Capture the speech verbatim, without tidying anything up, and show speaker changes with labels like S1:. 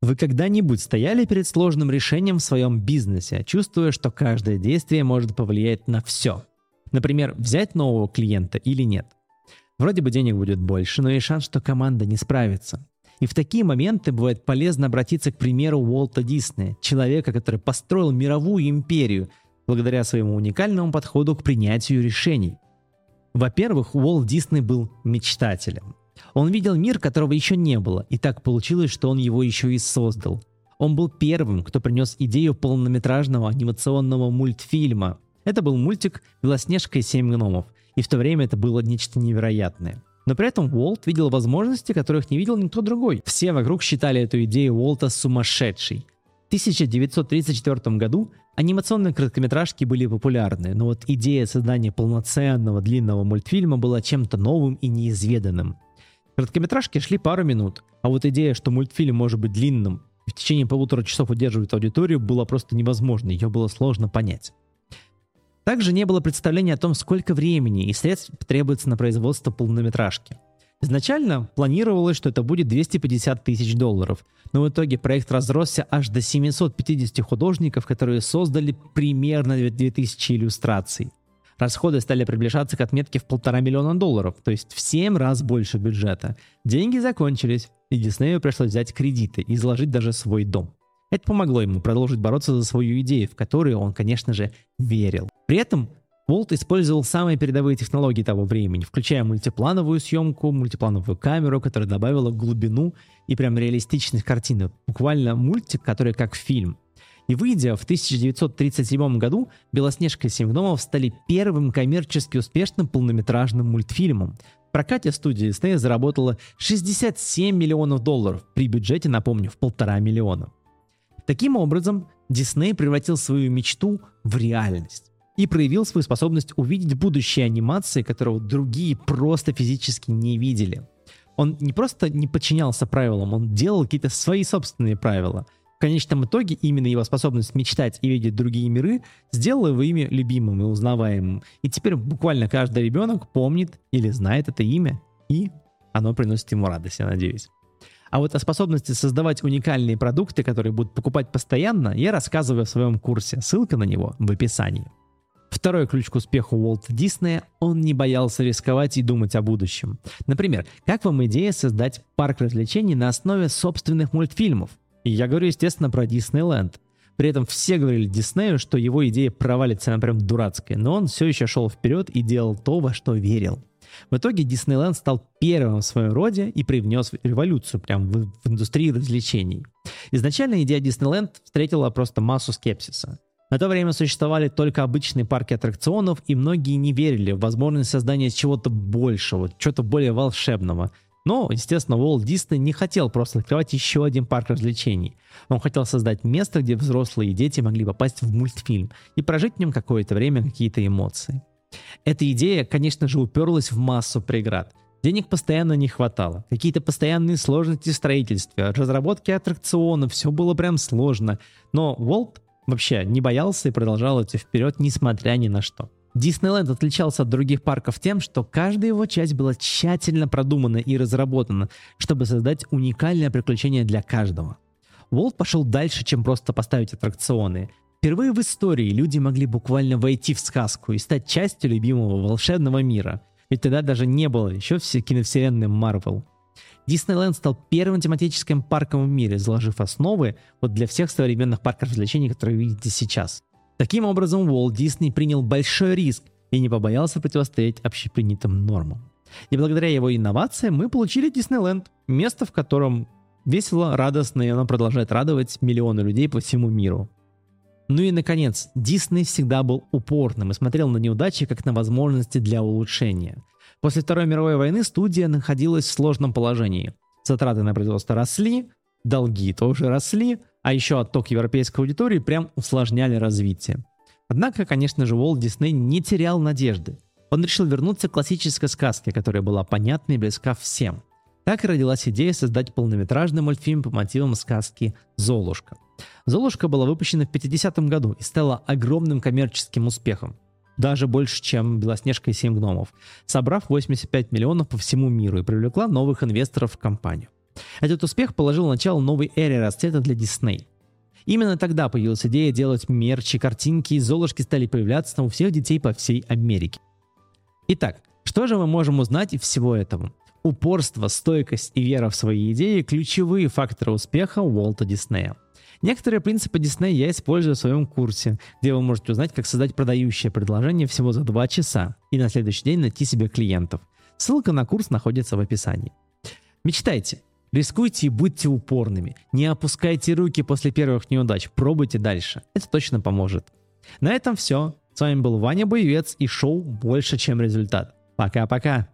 S1: Вы когда-нибудь стояли перед сложным решением в своем бизнесе, чувствуя, что каждое действие может повлиять на все? Например, взять нового клиента или нет? Вроде бы денег будет больше, но есть шанс, что команда не справится. И в такие моменты бывает полезно обратиться к примеру Уолта Диснея, человека, который построил мировую империю благодаря своему уникальному подходу к принятию решений. Во-первых, Уолт Дисней был мечтателем. Он видел мир, которого еще не было, и так получилось, что он его еще и создал. Он был первым, кто принес идею полнометражного анимационного мультфильма. Это был мультик «Белоснежка и семь гномов», и в то время это было нечто невероятное. Но при этом Уолт видел возможности, которых не видел никто другой. Все вокруг считали эту идею Уолта сумасшедшей. В тысяча девятьсот тридцать четвёртом году анимационные короткометражки были популярны, но вот идея создания полноценного длинного мультфильма была чем-то новым и неизведанным. Короткометражки шли пару минут, а вот идея, что мультфильм может быть длинным и в течение полутора часов удерживает аудиторию, было просто невозможно, ее было сложно понять. Также не было представления о том, сколько времени и средств потребуется на производство полнометражки. Изначально планировалось, что это будет двести пятьдесят тысяч долларов, но в итоге проект разросся аж до семисот пятидесяти художников, которые создали примерно две тысячи иллюстраций. Расходы стали приближаться к отметке в полтора миллиона долларов, то есть в семь раз больше бюджета. Деньги закончились, и Диснею пришлось взять кредиты и изложить даже свой дом. Это помогло ему продолжить бороться за свою идею, в которую он, конечно же, верил. При этом Уолт использовал самые передовые технологии того времени, включая мультиплановую съемку, мультиплановую камеру, которая добавила глубину и прям реалистичность картины. Буквально мультик, который как фильм. И выйдя в тысяча девятьсот тридцать седьмом году, «Белоснежка и семь гномов» стали первым коммерчески успешным полнометражным мультфильмом. В прокате студия Disney заработала шестьдесят семь миллионов долларов, при бюджете, напомню, в полтора миллиона. Таким образом, Дисней превратил свою мечту в реальность и проявил свою способность увидеть будущее анимации, которого другие просто физически не видели. Он не просто не подчинялся правилам, он делал какие-то свои собственные правила. В конечном итоге именно его способность мечтать и видеть другие миры сделала его имя любимым и узнаваемым. И теперь буквально каждый ребенок помнит или знает это имя, и оно приносит ему радость, я надеюсь. А вот о способности создавать уникальные продукты, которые будут покупать постоянно, я рассказываю в своем курсе. Ссылка на него в описании. Второй ключ к успеху Уолта Диснея – он не боялся рисковать и думать о будущем. Например, как вам идея создать парк развлечений на основе собственных мультфильмов? И я говорю, естественно, про Диснейленд. При этом все говорили Диснею, что его идея провалится, она прям дурацкая, но он все еще шел вперед и делал то, во что верил. В итоге Диснейленд стал первым в своем роде и привнес революцию прямо в, в индустрии развлечений. Изначально идея Диснейленд встретила просто массу скепсиса. На то время существовали только обычные парки аттракционов, и многие не верили в возможность создания чего-то большего, чего-то более волшебного. Но, естественно, Уолт Дисней не хотел просто открывать еще один парк развлечений. Он хотел создать место, где взрослые и дети могли попасть в мультфильм и прожить в нем какое-то время какие-то эмоции. Эта идея, конечно же, уперлась в массу преград. Денег постоянно не хватало, какие-то постоянные сложности в строительстве, разработки аттракционов, все было прям сложно. Но Уолт вообще не боялся и продолжал идти вперед, несмотря ни на что. Диснейленд отличался от других парков тем, что каждая его часть была тщательно продумана и разработана, чтобы создать уникальное приключение для каждого. Уолт пошел дальше, чем просто поставить аттракционы. Впервые в истории люди могли буквально войти в сказку и стать частью любимого волшебного мира. Ведь тогда даже не было еще все киновселенной Marvel. Диснейленд стал первым тематическим парком в мире, заложив основы вот для всех современных парков развлечений, которые вы видите сейчас. Таким образом, Уолт Дисней принял большой риск и не побоялся противостоять общепринятым нормам. И благодаря его инновациям мы получили Диснейленд, место, в котором весело, радостно, и оно продолжает радовать миллионы людей по всему миру. Ну и, наконец, Дисней всегда был упорным и смотрел на неудачи как на возможности для улучшения. После Второй мировой войны студия находилась в сложном положении. Затраты на производство росли, долги тоже росли, а еще отток европейской аудитории прям усложняли развитие. Однако, конечно же, Уолт Дисней не терял надежды. Он решил вернуться к классической сказке, которая была понятна и близка всем. Так и родилась идея создать полнометражный мультфильм по мотивам сказки «Золушка». «Золушка» была выпущена в пятидесятом году и стала огромным коммерческим успехом. Даже больше, чем «Белоснежка и семь гномов», собрав восемьдесят пять миллионов по всему миру и привлекла новых инвесторов в компанию. Этот успех положил начало новой эре расцвета для Disney. Именно тогда появилась идея делать мерч, и картинки и золушки стали появляться у всех детей по всей Америке. Итак, что же мы можем узнать из всего этого? Упорство, стойкость и вера в свои идеи – ключевые факторы успеха Уолта Диснея. Некоторые принципы Disney я использую в своем курсе, где вы можете узнать, как создать продающее предложение всего за два часа и на следующий день найти себе клиентов. Ссылка на курс находится в описании. Мечтайте, рискуйте и будьте упорными. Не опускайте руки после первых неудач, пробуйте дальше. Это точно поможет. На этом все. С вами был Ваня Боевец и шоу «Больше, чем результат». Пока-пока.